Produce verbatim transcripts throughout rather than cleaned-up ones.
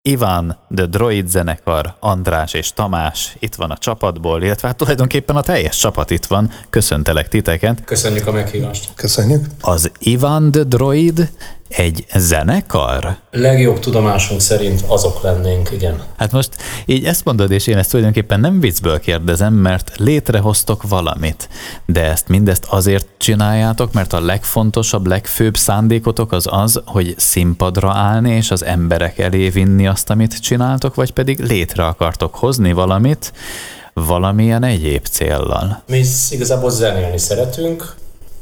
Ivan, The Droid zenekar, András és Tamás itt van a csapatból, illetve hát tulajdonképpen a teljes csapat itt van. Köszöntelek titeket. Köszönjük a meghívást. Köszönjük. Az Ivan, The Droid egy zenekar? Legjobb tudomásunk szerint azok lennénk, igen. Hát most így ezt mondod, és én ezt tulajdonképpen nem viccből kérdezem, mert létrehoztok valamit. De ezt mindezt azért csináljátok, mert a legfontosabb, legfőbb szándékotok az az, hogy színpadra állni és az emberek elé vinni azt, amit csináltok, vagy pedig létre akartok hozni valamit valamilyen egyéb céllal? Mi igazából zenélni szeretünk.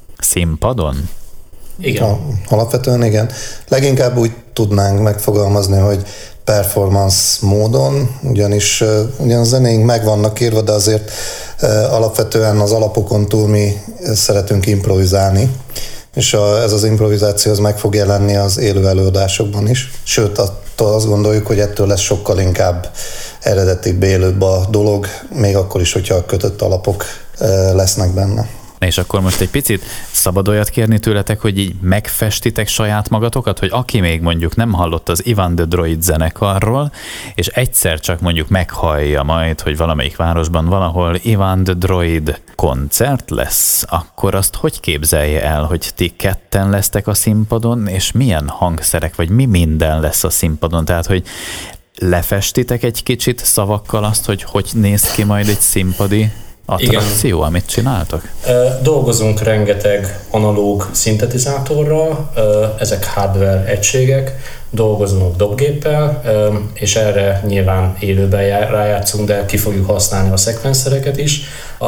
Színpadon? Igen. A, alapvetően igen. Leginkább úgy tudnánk megfogalmazni, hogy performance módon, ugyanis ugyan a zenéink meg vannak írva, de azért alapvetően az alapokon túl mi szeretünk improvizálni, és a, ez az improvizáció az meg fog jelenni az élő előadásokban is. Sőt, attól azt gondoljuk, hogy ettől lesz sokkal inkább eredetibb, élőbb a dolog, még akkor is, hogyha a kötött alapok lesznek benne. És akkor most egy picit szabad olyat kérni tőletek, hogy így megfestitek saját magatokat, hogy aki még mondjuk nem hallott az Ivan the Droid zenekarról, és egyszer csak mondjuk meghallja majd, hogy valamelyik városban valahol Ivan the Droid koncert lesz, akkor azt hogy képzelje el, hogy ti ketten lesztek a színpadon, és milyen hangszerek, vagy mi minden lesz a színpadon? Tehát, hogy lefestitek egy kicsit szavakkal azt, hogy hogy néz ki majd egy színpadi attrakció, igen, amit csináltok? Dolgozunk rengeteg analóg szintetizátorral, ezek hardware egységek, dolgozunk dobgéppel, és erre nyilván élőben rájátszunk, de ki fogjuk használni a szekvenszereket is.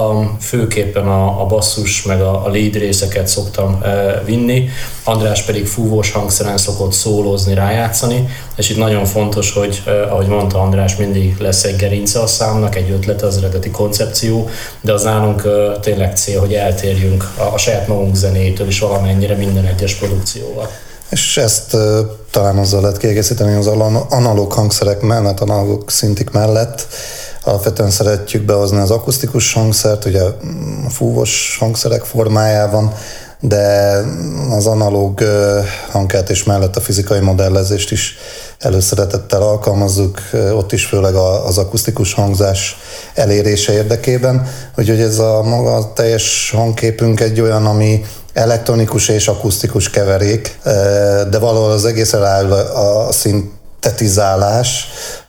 Főképpen a, a basszus meg a, a lead részeket szoktam vinni, András pedig fúvós hangszeren szokott szólózni, rájátszani, és itt nagyon fontos, hogy ahogy mondta András, mindig lesz egy gerince a számnak, egy ötlete, az eredeti koncepció, de az nálunk tényleg cél, hogy eltérjünk a, a saját magunk zenétől is valamennyire minden egyes produkcióval. És ezt uh, talán azzal lehet kiegészíteni, az analóg hangszerek mellett, analóg szintik mellett alapvetően szeretjük behozni az akusztikus hangszert, ugye a fúvós hangszerek formájában, de az analóg uh, hangkeltés mellett a fizikai modellezést is előszeretettel alkalmazzuk, uh, ott is főleg a, az akusztikus hangzás elérése érdekében, úgyhogy ez a maga a teljes hangképünk egy olyan, ami elektronikus és akusztikus keverék, de valahol az egészen áll a szintetizálás,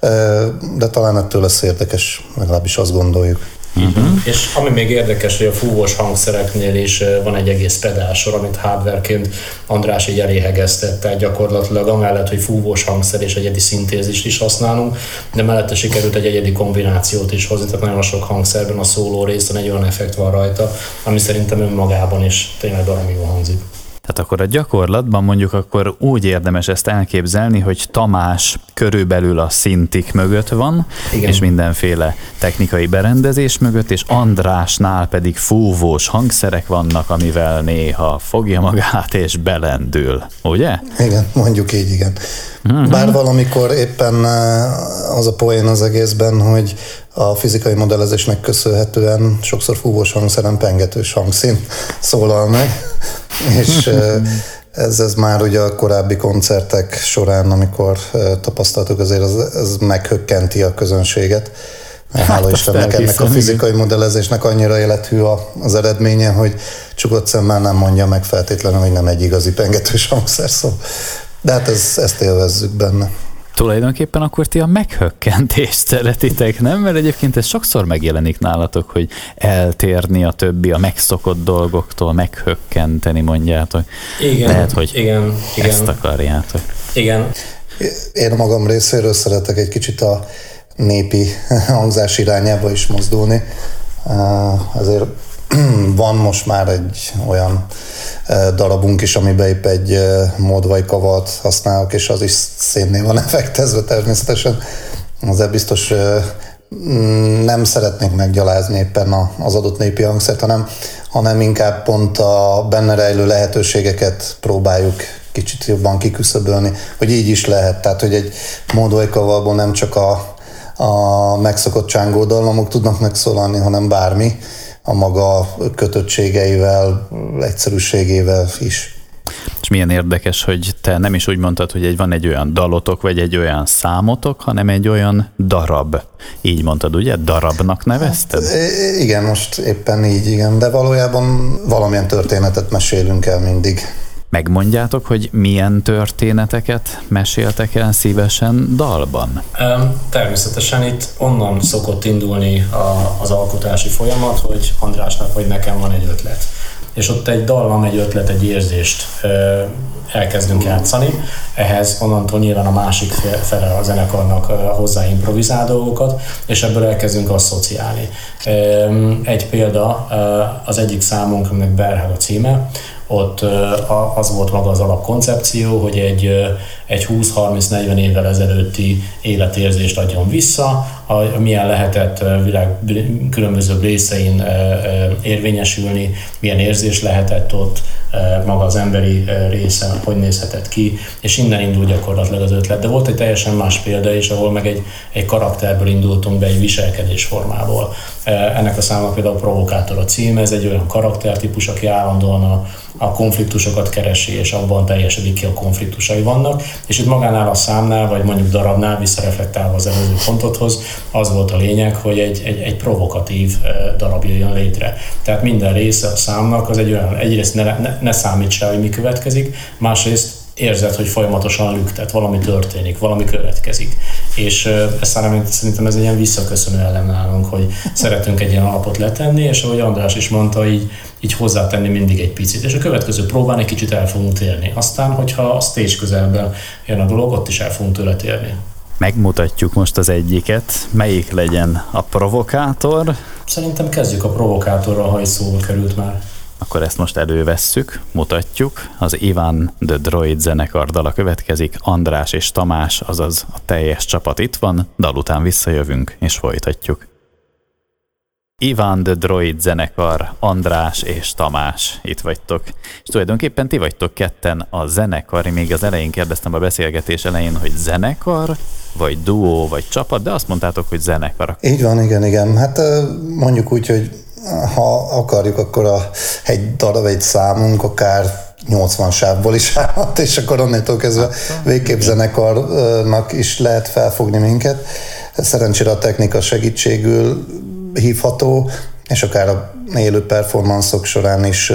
de talán ettől lesz érdekes, legalábbis azt gondoljuk. Uh-huh. És ami még érdekes, hogy a fúvós hangszereknél is van egy egész pedálsor, amit hardwareként András így eléhegeztett, tehát gyakorlatilag amellett, hogy fúvós hangszer és egyedi szintézist is használunk, de mellette sikerült egy egyedi kombinációt is hozni, tehát nagyon sok hangszerben a szóló részen egy olyan effekt van rajta, ami szerintem önmagában is tényleg baromi jól hangzik. Tehát akkor a gyakorlatban mondjuk akkor úgy érdemes ezt elképzelni, hogy Tamás körülbelül a szintik mögött van, igen, és mindenféle technikai berendezés mögött, és Andrásnál pedig fúvós hangszerek vannak, amivel néha fogja magát és belendül, ugye? Igen, mondjuk így, igen. Uh-huh. Bár valamikor éppen az a poén az egészben, hogy a fizikai modellezésnek köszönhetően sokszor fúvós hangszeren pengetős hangszín szólal meg, és ez, ez már ugye a korábbi koncertek során, amikor tapasztaltuk, azért az, ez meghökkenti a közönséget. Hát hála Istennek ennek a fizikai igen. modellezésnek annyira élethű az eredménye, hogy csukott szemmel nem mondja meg feltétlenül, hogy nem egy igazi pengetős hangszer szó. De hát ez, ezt élvezzük benne. Tulajdonképpen akkor ti a meghökkentést szeretitek, nem? Mert egyébként ez sokszor megjelenik nálatok, hogy eltérni a többi, a megszokott dolgoktól, meghökkenteni, mondjátok. Igen, lehet, hogy igen, igen. ezt akarjátok. Igen. Én a magam részéről szeretek egy kicsit a népi hangzás irányába is mozdulni. Azért van most már egy olyan darabunk is, amiben épp egy módvaj kavart használok, és az is szénnél van effektezve természetesen. Azért biztos nem szeretnék meggyalázni éppen az adott népi hangszert, hanem, hanem inkább pont a benne rejlő lehetőségeket próbáljuk kicsit jobban kiküszöbölni, hogy így is lehet. Tehát, hogy egy módvaj kavarból nem csak a, a megszokott csángó dallamok tudnak megszólalni, hanem bármi, a maga kötöttségeivel, egyszerűségével is. És milyen érdekes, hogy te nem is úgy mondtad, hogy egy, van egy olyan dalotok, vagy egy olyan számotok, hanem egy olyan darab. Így mondtad, ugye? Darabnak nevezted? Hát, igen, most éppen így, igen, de valójában valamilyen történetet mesélünk el mindig. Megmondjátok, hogy milyen történeteket meséltek el szívesen dalban? Természetesen itt onnan szokott indulni a, az alkotási folyamat, hogy Andrásnak vagy nekem van egy ötlet. És ott egy dallam, egy ötlet, egy érzést elkezdünk játszani. Ehhez onnantól nyilván a másik fele a zenekarnak hozzá improvizál dolgokat, és ebből elkezdünk asszociálni. Egy példa, az egyik számunk, aminek Berhag a címe, ott az volt maga az alapkoncepció, hogy egy, egy húsz-harminc-negyven évvel ezelőtti életérzést adjon vissza, a, milyen lehetett világ különböző részein érvényesülni, milyen érzés lehetett ott, maga az emberi része, hogy nézhetett ki, és innen indul gyakorlatilag az ötlet. De volt egy teljesen más példa is, ahol meg egy, egy karakterből indultunk be, egy viselkedésformából. Ennek a számnak például a Provokátor a címe, ez egy olyan karaktertípus, aki állandóan a, a konfliktusokat keresi, és abban teljesedik ki, a konfliktusai vannak. És itt magánál a számnál, vagy mondjuk darabnál, visszareflektálva az előző pontodhoz, az volt a lényeg, hogy egy, egy, egy provokatív darab jöjjön létre. Tehát minden része a számnak az egy olyan, egyrészt ne, ne, ne számíts rá, hogy mi következik, másrészt érzed, hogy folyamatosan lüktet, valami történik, valami következik. És ez szerintem ez egy ilyen visszaköszönő elem nálunk, hogy szeretünk egy ilyen alapot letenni, és ahogy András is mondta, így, így hozzátenni mindig egy picit. És a következő próbán egy kicsit el fogunk térni. Aztán, hogyha a stage közelben jön a dolog, ott is el fogunk tőle térni. Megmutatjuk most az egyiket. Melyik legyen a Provokátor? Szerintem kezdjük a Provokátorral, ha is szóba került már. Akkor ezt most elővesszük, mutatjuk. Az Ivan the Droid zenekar dala következik. András és Tamás, azaz a teljes csapat itt van. Dal után visszajövünk és folytatjuk. Ivan the Droid zenekar, András és Tamás, itt vagytok. És tulajdonképpen ti vagytok ketten a zenekar. Én még az elején kérdeztem a beszélgetés elején, hogy zenekar, vagy duó, vagy csapat, de azt mondtátok, hogy zenekar. Így van, igen, igen. Hát mondjuk úgy, hogy ha akarjuk, akkor a, egy darab, egy számunk akár nyolcvan sávból is állhat, és akkor onnantól kezdve végképp zenekarnak is lehet felfogni minket. Szerencsére a technika segítségül hívható, és akár a élő performanszok során is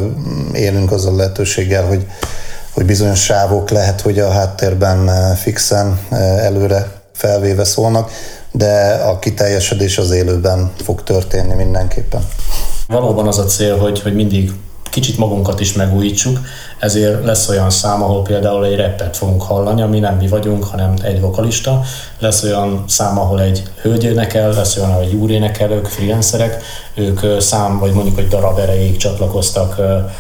élünk azzal a lehetőséggel, hogy, hogy bizonyos sávok lehet, hogy a háttérben fixen előre felvéve szólnak, de a kiteljesedés az élőben fog történni mindenképpen. Valóban az a cél, hogy, hogy mindig kicsit magunkat is megújítsuk, ezért lesz olyan szám, ahol például egy rappet fogunk hallani, ami nem mi vagyunk, hanem egy vokalista. Lesz olyan szám, ahol egy hölgy énekel, lesz olyan, ahol egy úr énekel, ők freelancerek, ők szám, vagy mondjuk egy darab erejéig csatlakoztak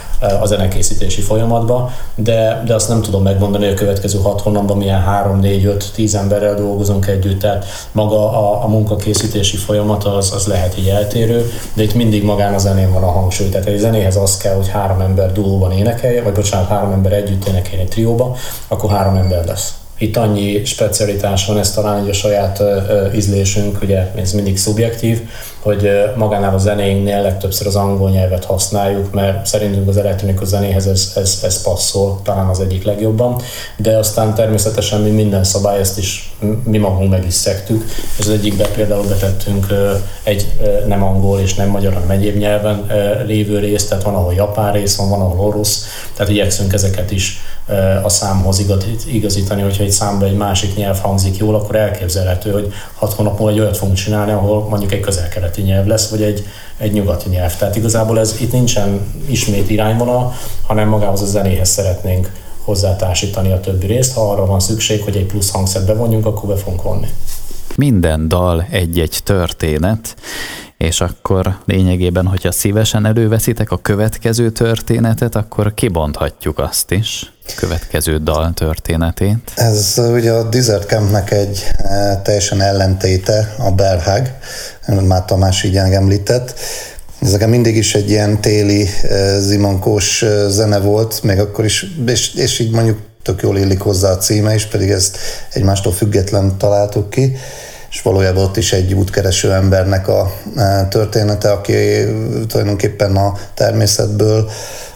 a zenekészítési folyamatba, de, de azt nem tudom megmondani, hogy a következő hat hónapban milyen három, négy, öt, tíz emberrel dolgozunk együtt, tehát maga a, a munkakészítési folyamat az, az lehet így eltérő, de itt mindig magán a zenén van a hangsúly, tehát egy zenéhez az kell, hogy három ember duóban énekelje, vagy bocsánat, három ember együtt énekeljen egy trióba, akkor három ember lesz. Itt annyi specialitás van, ez talán egy a saját uh, ízlésünk, ugye ez mindig szubjektív, hogy uh, magánál a zenéinknél legtöbbször az angol nyelvet használjuk, mert szerintünk az elektronikus zenéhez ez, ez, ez passzol, talán az egyik legjobban, de aztán természetesen mi minden szabály, ezt is mi magunk meg is szegtük, és az egyikbe például betettünk uh, egy uh, nem angol és nem magyar, hanem egyéb nyelven uh, lévő részt, tehát van, ahol japán rész van, van, ahol orosz, tehát igyekszünk ezeket is a számhoz igazítani, hogyha egy számban egy másik nyelv hangzik jól, akkor elképzelhető, hogy hat hónap múlva egy olyat fogunk csinálni, ahol mondjuk egy közel-keleti nyelv lesz, vagy egy, egy nyugati nyelv. Tehát igazából ez itt nincsen ismét irányvonal, hanem magához a zenéhez szeretnénk hozzátársítani a többi részt. Ha arra van szükség, hogy egy plusz hangszert bevonjunk, akkor be fogunk vonni. Minden dal egy-egy történet, és akkor lényegében, hogyha szívesen előveszitek a következő történetet, akkor kibonthatjuk azt is, a következő dal történetét. Ez ugye a Desert Campnek egy teljesen ellentéte, a Berhag, már Tamás így említett. Ez nekem mindig is egy ilyen téli, zimonkós zene volt, még akkor is, és, és így mondjuk tök jól illik hozzá a címe is, pedig ezt egymástól független találtuk ki. És valójában ott is egy útkereső embernek a története, aki tulajdonképpen a természetből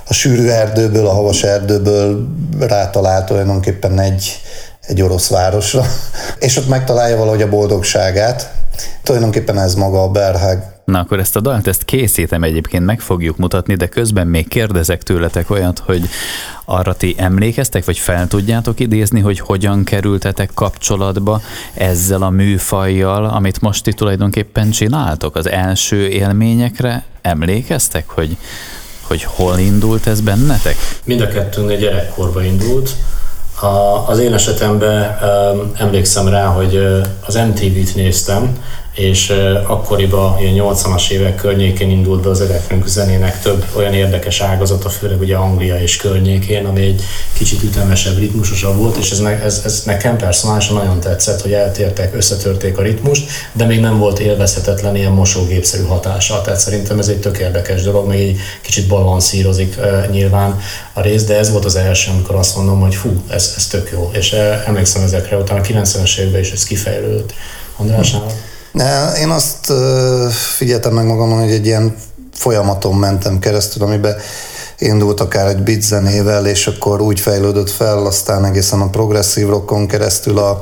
a sűrű erdőből, a havas erdőből rátalál tulajdonképpen egy, egy orosz városra, és ott megtalálja valahogy a boldogságát. Tulajdonképpen ez maga a Berghag. Na akkor ezt a dalt, ezt készítem egyébként, meg fogjuk mutatni, de közben még kérdezek tőletek olyat, hogy arra ti emlékeztek, vagy fel tudjátok idézni, hogy hogyan kerültetek kapcsolatba ezzel a műfajjal, amit most ti tulajdonképpen csináltok? Az első élményekre emlékeztek, hogy, hogy hol indult ez bennetek? Mind a kettőnél gyerekkorba indult. A, az én esetemben um, emlékszem rá, hogy uh, az em té vét néztem, és uh, akkoriban, ilyen nyolcvanas évek környékén indult be az elektronikus zenének több olyan érdekes ágazata, főleg ugye Anglia és környékén, ami egy kicsit ütemesebb, ritmusosabb volt, és ez, ne, ez, ez nekem personálisan nagyon tetszett, hogy eltértek, összetörték a ritmust, de még nem volt élvezhetetlen ilyen mosógépszerű hatása. Tehát szerintem ez egy tök érdekes dolog, még egy kicsit balanszírozik uh, nyilván a rész, de ez volt az első, amikor azt mondom, hogy fú, ez, ez tök jó. És uh, emlékszem ezekre, utána a kilencvenes években is ez kifejlődött. Andrásnál? Én azt figyeltem meg magam, hogy egy ilyen folyamaton mentem keresztül, amiben indult akár egy beat zenével, és akkor úgy fejlődött fel, aztán egészen a progresszív rockon keresztül a,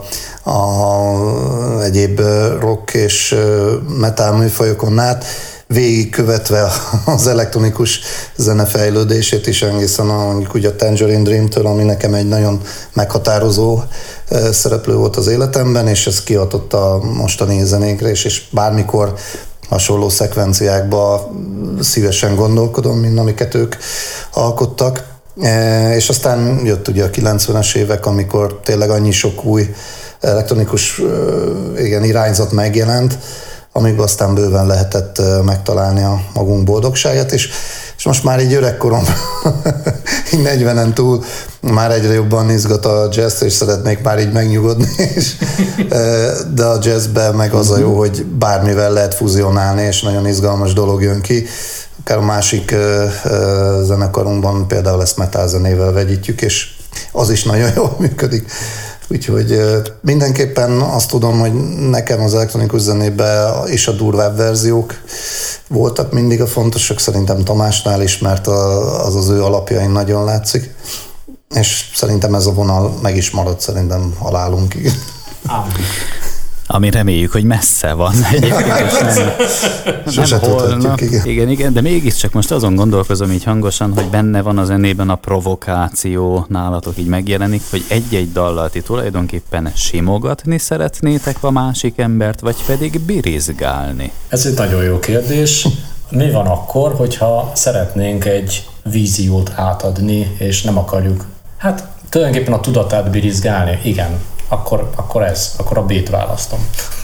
a egyéb rock és metal műfajokon át, végigkövetve az elektronikus zene fejlődését is, egészen a, mondjuk ugye a Tangerine Dream-től, ami nekem egy nagyon meghatározó szereplő volt az életemben, és ez kihatott a mostani zenékre is, és bármikor hasonló szekvenciákba szívesen gondolkodom, mint amiket ők alkottak. És aztán jött ugye a kilencvenes évek, amikor tényleg annyi sok új elektronikus igen, irányzat megjelent, amikben aztán bőven lehetett megtalálni a magunk boldogságát, és, és most már így öregkorom, így negyvenen túl már egyre jobban izgat a jazz, és szeretnék már így megnyugodni, és, de a jazzben meg az a jó, hogy bármivel lehet fuzionálni, és nagyon izgalmas dolog jön ki. Akár a másik zenekarunkban például ezt metal zenével vegyítjük, és az is nagyon jól működik. Úgyhogy mindenképpen azt tudom, hogy nekem az elektronikus zenében is a durvább verziók voltak mindig a fontosak, szerintem Tamásnál is, mert az az ő alapjain nagyon látszik, és szerintem ez a vonal meg is maradt szerintem halálunkig. Ami reméljük, hogy messze van. Egyébként nem, Sose nem holnap. Igen. igen, igen, de mégiscsak most azon gondolkozom így hangosan, hogy benne van a zenében a provokáció, nálatok így megjelenik, hogy egy-egy dallal ti tulajdonképpen simogatni szeretnétek a másik embert, vagy pedig birizgálni? Ez egy nagyon jó kérdés. Mi van akkor, hogyha szeretnénk egy víziót átadni, és nem akarjuk, hát tulajdonképpen a tudatát birizgálni? Igen. Akkor, akkor ez, akkor a B-t választom.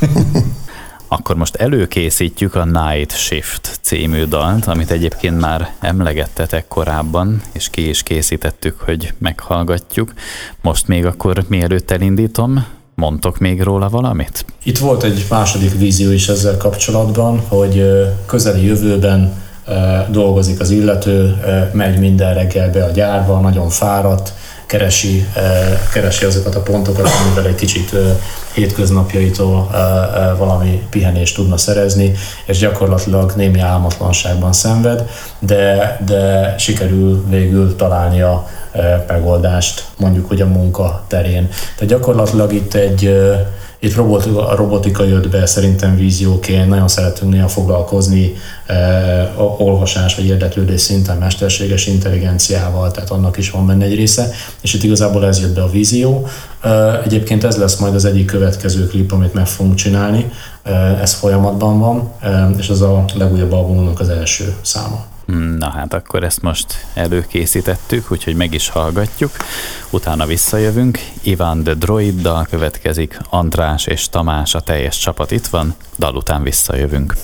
Akkor most előkészítjük a Night Shift című dalt, amit egyébként már emlegettetek korábban, és ki is készítettük, hogy meghallgatjuk. Most még akkor mielőtt elindítom, mondtok még róla valamit? Itt volt egy második vízió is ezzel kapcsolatban, hogy közeli jövőben dolgozik az illető, megy minden reggel be a gyárba, nagyon fáradt, keresi, keresi azokat a pontokat, amivel egy kicsit hétköznapjaitól valami pihenést tudna szerezni, és gyakorlatilag némi álmatlanságban szenved, de, de sikerül végül találnia megoldást, mondjuk hogy a munka terén. Tehát gyakorlatilag itt egy Itt a robotika jött be szerintem vízióként, nagyon szeretünk néha foglalkozni eh, olvasás vagy érdeklődés szinten mesterséges intelligenciával, tehát annak is van benne egy része, és itt igazából ez jött be a vízió. Eh, egyébként ez lesz majd az egyik következő klip, amit meg fogunk csinálni, eh, ez folyamatban van, eh, és ez a legújabb albumunknak az első száma. Na hát akkor ezt most előkészítettük, úgyhogy meg is hallgatjuk. Utána visszajövünk. Ivan the Droiddal következik, András és Tamás, a teljes csapat itt van, dal után visszajövünk.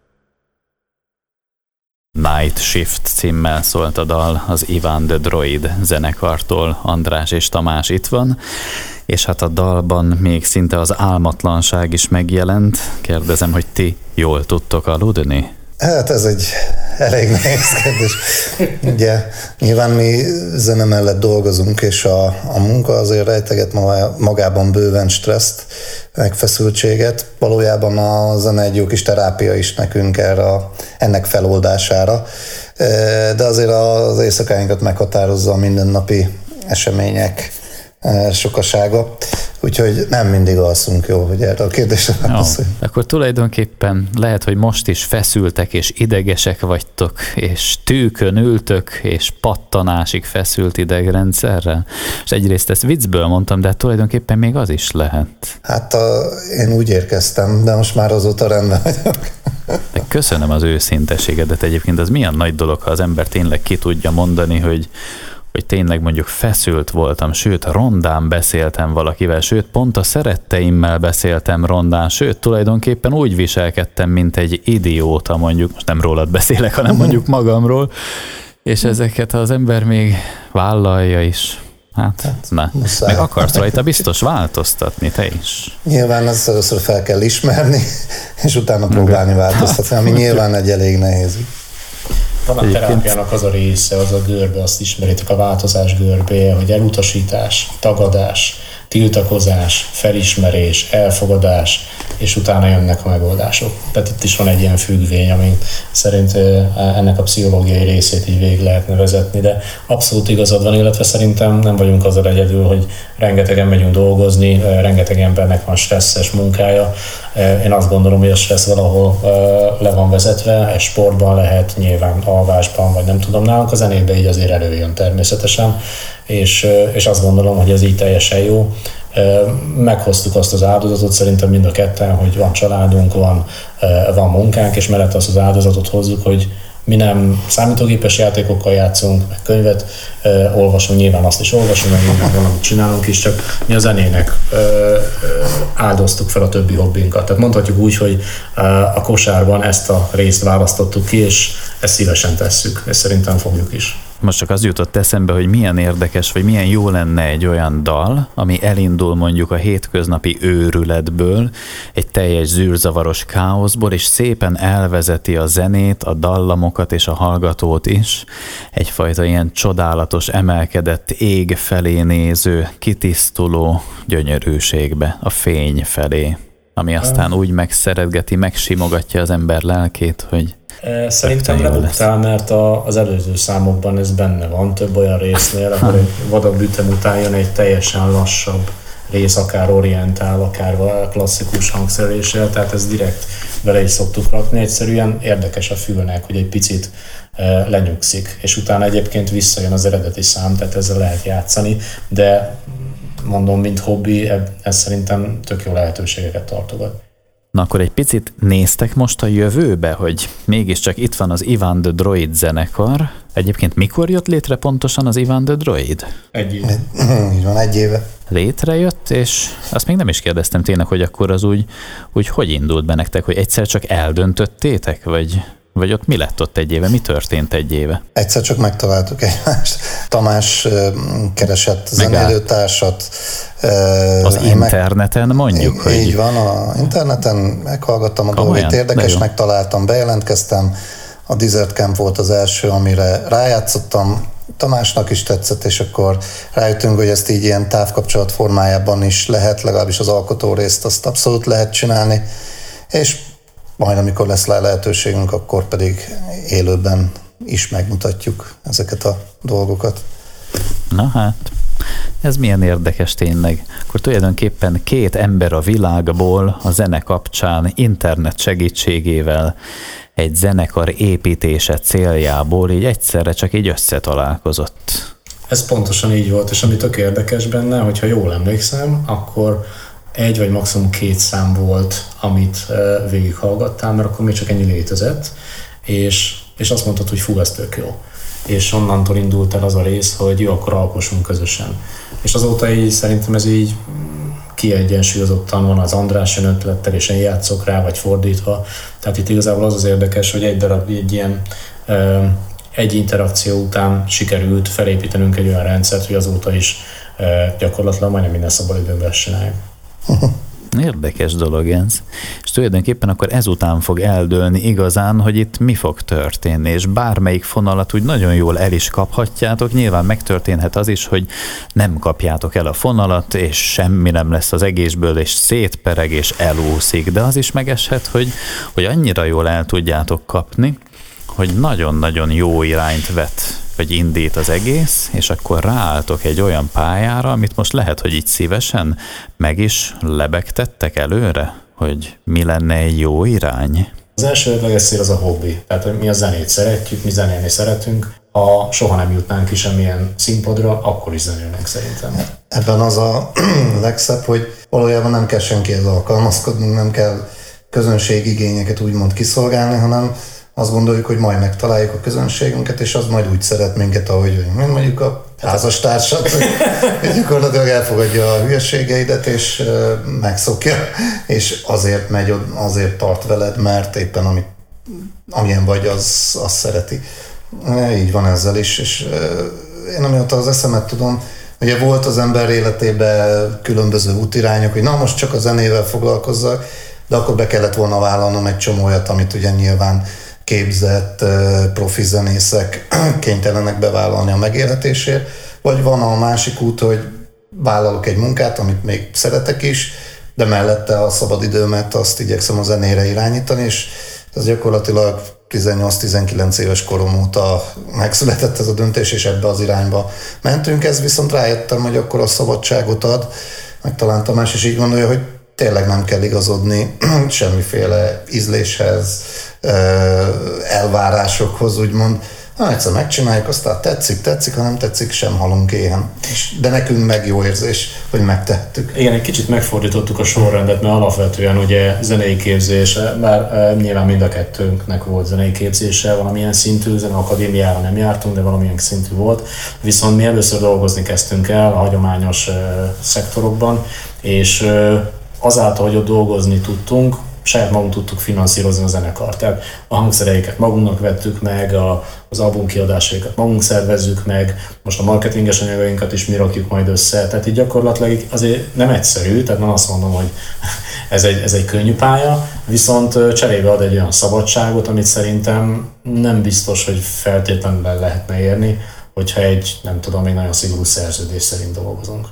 Night Shift címmel szólt a dal az Ivan the Droid zenekartól, András és Tamás itt van, és hát a dalban még szinte az álmatlanság is megjelent. Kérdezem, hogy ti jól tudtok aludni? Hát ez egy elég nehéz kérdés. Ugye nyilván mi zene mellett dolgozunk, és a, a munka azért rejteget magában bőven stresszt, meg feszültséget. Valójában a zene egy jó kis terápia is nekünk erre, ennek feloldására. de azért az éjszakáinkat meghatározza a mindennapi események sokasága, úgyhogy nem mindig alszunk jól, hogy erre a kérdésre válaszoljuk. Akkor tulajdonképpen lehet, hogy most is feszültek és idegesek vagytok, és tűkön ültök, és pattanásig feszült idegrendszerrel. És egyrészt ezt viccből mondtam, de tulajdonképpen még az is lehet. Hát a, én úgy érkeztem, de most már azóta rendben vagyok. De köszönöm az őszinteségedet egyébként, az milyen nagy dolog, ha az ember tényleg ki tudja mondani, hogy hogy tényleg mondjuk feszült voltam, sőt, rondán beszéltem valakivel, sőt, pont a szeretteimmel beszéltem rondán, sőt, tulajdonképpen úgy viselkedtem, mint egy idióta, mondjuk, most nem rólad beszélek, hanem mondjuk magamról, és ezeket az ember még vállalja is. Hát, hát na. Meg akarsz rajta biztos változtatni, te is. Nyilván ezt először fel kell ismerni, és utána próbálni változtatni, ami nyilván egy elég nehéz. Van a terápiának az a része, az a görbe, azt ismeritek, a változás görbéje, hogy elutasítás, tagadás, tiltakozás, felismerés, elfogadás, és utána jönnek a megoldások. Tehát itt is van egy ilyen függvény, ami szerint ennek a pszichológiai részét így végig lehetne vezetni, de abszolút igazad van, illetve szerintem nem vagyunk azzal egyedül, hogy rengetegen megyünk dolgozni, rengeteg embernek van stresszes munkája. Én azt gondolom, hogy a stressz valahol le van vezetve, egy sportban lehet, nyilván alvásban, vagy nem tudom, nálunk a zenében így azért előjön természetesen, és, és azt gondolom, hogy ez így teljesen jó. Meghoztuk azt az áldozatot szerintem mind a ketten, hogy van családunk, van, van munkánk, és mellett azt az áldozatot hozzuk, hogy mi nem számítógépes játékokkal játszunk, meg könyvet uh, olvasunk, nyilván azt is olvasunk, meg nyilván valamit csinálunk is, csak mi a zenének uh, uh, áldoztuk fel a többi hobbinkat. Tehát mondhatjuk úgy, hogy uh, a kosárban ezt a részt választottuk ki, és ezt szívesen tesszük, és szerintem fogjuk is. Most csak az jutott eszembe, hogy milyen érdekes, vagy milyen jó lenne egy olyan dal, ami elindul mondjuk a hétköznapi őrületből, egy teljes zűrzavaros káoszból, és szépen elvezeti a zenét, a dallamokat és a hallgatót is, egyfajta ilyen csodálatos, emelkedett ég felé néző, kitisztuló gyönyörűségbe, a fény felé, ami aztán úgy megszeretgeti, megsimogatja az ember lelkét, hogy szerintem lebuktál, mert a, az előző számokban ez benne van, több olyan résznél, akkor egy vadabb ütem után jön egy teljesen lassabb rész, akár orientál, akár klasszikus hangszereléssel, tehát ez direkt bele is szoktuk rakni. Egyszerűen érdekes a fülnek, hogy egy picit e, lenyugszik, és utána egyébként visszajön az eredeti szám, tehát ezzel lehet játszani, de mondom, mint hobbi, ez szerintem tök jó lehetőségeket tartogat. Na akkor egy picit néztek most a jövőbe, hogy mégiscsak itt van az Ivan the Droid zenekar. Egyébként mikor jött létre pontosan az Ivan the Droid? Egy éve. Így van, egy éve. Létrejött, és azt még nem is kérdeztem tényleg, hogy akkor az úgy, úgy hogy indult be nektek, hogy egyszer csak eldöntöttétek, vagy... Vagy ott mi lett ott egy éve? Mi történt egy éve? Egyszer csak megtaláltuk egymást. Tamás keresett zenélőtársat. Az interneten meg... mondjuk? Így, hogy... így van, a interneten meghallgattam a dolgait, érdekes, megtaláltam, bejelentkeztem. A Desert Camp volt az első, amire rájátszottam. Tamásnak is tetszett, és akkor rájöttünk, hogy ezt így ilyen távkapcsolat formájában is lehet, legalábbis az alkotó részt azt abszolút lehet csinálni. És majd amikor lesz rá lehetőségünk, akkor pedig élőben is megmutatjuk ezeket a dolgokat. Na hát, ez milyen érdekes tényleg. Akkor tulajdonképpen két ember a világból a zene kapcsán internet segítségével egy zenekar építése céljából így egyszerre csak így összetalálkozott. Ez pontosan így volt, és ami tök érdekes benne, hogyha jól emlékszem, akkor egy vagy maximum két szám volt, amit uh, végighallgattál, mert akkor még csak ennyi létezett, és, és azt mondtad, hogy fú, ez tök jó. És onnantól indult el az a rész, hogy jó, akkor alkossunk közösen. És azóta így szerintem ez így kiegyensúlyozottan van, az András jön ötlettel, és én játszok rá, vagy fordítva. Tehát itt igazából az az érdekes, hogy egy darab egy ilyen uh, egy interakció után sikerült felépítenünk egy olyan rendszert, hogy azóta is uh, gyakorlatilag majdnem minden szabadidőben ezt csináljuk. Érdekes dolog ez. És tulajdonképpen akkor ezután fog eldőlni igazán, hogy itt mi fog történni, és bármelyik fonalat úgy nagyon jól el is kaphatjátok. Nyilván megtörténhet az is, hogy nem kapjátok el a fonalat, és semmi nem lesz az egészből, és szétpereg, és elúszik. De az is megeshet, hogy, hogy annyira jól el tudjátok kapni, hogy nagyon-nagyon jó irányt vet, vagy indít az egész, és akkor ráálltok egy olyan pályára, amit most lehet, hogy így szívesen meg is lebegtettek előre, hogy mi lenne egy jó irány? Az elsődleges cél az a hobbi. Tehát, hogy mi a zenét szeretjük, mi zenélni szeretünk. Ha soha nem jutnánk ki semmilyen színpadra, akkor is zenélnénk szerintem. Ebben az a legszebb, hogy valójában nem kell senkihez alkalmazkodnunk, nem kell közönségigényeket úgymond kiszolgálni, hanem azt gondoljuk, hogy majd megtaláljuk a közönségünket, és az majd úgy szeret minket, ahogy vagyunk. Mint mondjuk a házastársat, hogy gyakorlatilag elfogadja a hülyeségeidet, és megszokja, és azért megy, azért tart veled, mert éppen amit, amilyen vagy, az, az szereti. Így van ezzel is, és én amióta az eszemet tudom, ugye volt az ember életében különböző útirányok, hogy na most csak a zenével foglalkozzak, de akkor be kellett volna vállalnom egy csomó olyat, amit ugye nyilván képzett profi zenészek kénytelenek bevállalni a megélhetésért, vagy van a másik út, hogy vállalok egy munkát, amit még szeretek is, de mellette a szabadidőmet azt igyekszem a zenére irányítani, és ez gyakorlatilag tizennyolc-tizenkilenc éves korom óta megszületett ez a döntés, és ebbe az irányba mentünk. Ez viszont rájöttem, hogy akkor a szabadságot ad, meg talán Tamás is így gondolja, hogy tényleg nem kell igazodni semmiféle ízléshez, elvárásokhoz, úgymond. Ha egyszer megcsináljuk, aztán tetszik, tetszik, ha nem tetszik, sem halunk éhen. De nekünk meg jó érzés, hogy megtettük. Igen, egy kicsit megfordítottuk a sorrendet, mert alapvetően ugye zenei képzés, bár nyilván mind a kettőnknek volt zenei képzése, valamilyen szintű, zeneakadémiára nem jártunk, de valamilyen szintű volt. Viszont mi először dolgozni kezdtünk el a hagyományos szektorokban, és azáltal, hogy ott dolgozni tudtunk, saját magunk tudtuk finanszírozni a zenekart. Tehát a hangszereiket magunknak vettük meg, a, az albumkiadásaikat magunk szervezzük meg, most a marketinges anyagainkat is mi rakjuk majd össze. Tehát így gyakorlatilag azért nem egyszerű, tehát nem azt mondom, hogy ez egy, ez egy könnyű pálya, viszont cserébe ad egy olyan szabadságot, amit szerintem nem biztos, hogy feltétlenül lehetne érni, hogyha egy, nem tudom, egy nagyon szigorú szerződés szerint dolgozunk.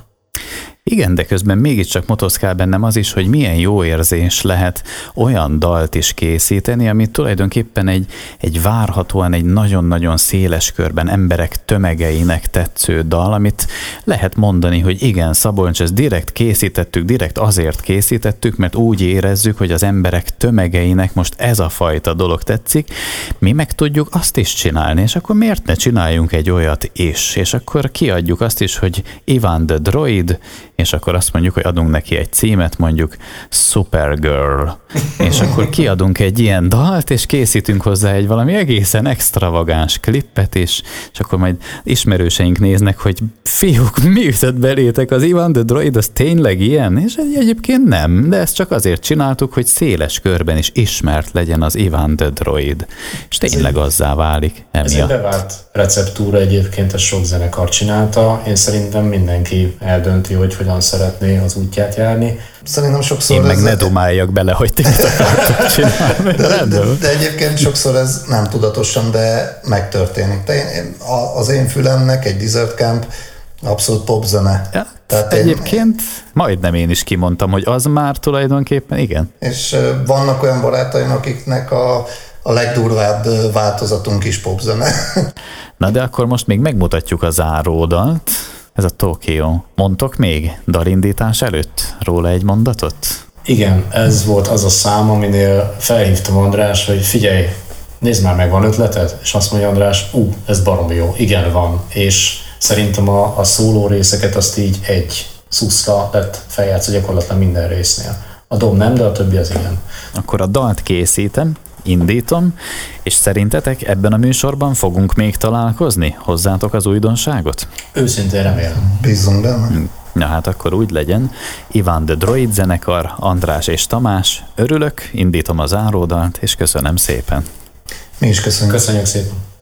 Igen, de közben mégiscsak motoszkál bennem az is, hogy milyen jó érzés lehet olyan dalt is készíteni, amit tulajdonképpen egy, egy várhatóan egy nagyon-nagyon széles körben emberek tömegeinek tetsző dal, amit lehet mondani, hogy igen, Szabolcs, ezt direkt készítettük, direkt azért készítettük, mert úgy érezzük, hogy az emberek tömegeinek most ez a fajta dolog tetszik, mi meg tudjuk azt is csinálni, és akkor miért ne csináljunk egy olyat is, és akkor kiadjuk azt is, hogy Ivan the Droid, és akkor azt mondjuk, hogy adunk neki egy címet, mondjuk Supergirl, és akkor kiadunk egy ilyen dalt, és készítünk hozzá egy valami egészen extravagáns klippet, és, és akkor majd ismerőseink néznek, hogy fiúk, mi ütött belétek, az Ivan the Droid, az tényleg ilyen? És egyébként nem, de ezt csak azért csináltuk, hogy széles körben is ismert legyen az Ivan the Droid, és tényleg azzá válik emiatt. Ez egy bevált receptúra egyébként, ezt sok zenekar csinálta, én szerintem mindenki eldönti, hogy hogyan szeretné az útját járni. Szerintem sokszor Én meg ez ne dumáljak bele, hogy ti mit akartok csinálni. De, de, de egyébként sokszor ez nem tudatosan, de megtörténik. De én, az én fülemnek egy Desert Camp abszolút popzene. Ja, Tehát egyébként én, majdnem én is kimondtam, hogy az már tulajdonképpen igen. És vannak olyan barátaim, akiknek a, a legdurvább változatunk is popzene. Na de akkor most még megmutatjuk a záródalt. Ez a Tokyo. Mondtok még dalindítás előtt róla egy mondatot? Igen, ez volt az a szám, aminél felhívtam András, hogy figyelj, nézd már meg, van ötleted? És azt mondja András, ú, ez baromi jó, igen van. És szerintem a, a szóló részeket azt így egy szuszra lett feljátszva gyakorlatilag minden résznél. A dob nem, de a többi az igen. Akkor a dalt készítem, indítom, és szerintetek ebben a műsorban fogunk még találkozni? Hozzátok az újdonságot? Őszintén remélem. Bízzunk benne. Na hát akkor úgy legyen. Ivan the Droid zenekar, András és Tamás. Örülök, indítom a záródalt, és köszönöm szépen. Mi is köszönjük. Köszönjük szépen.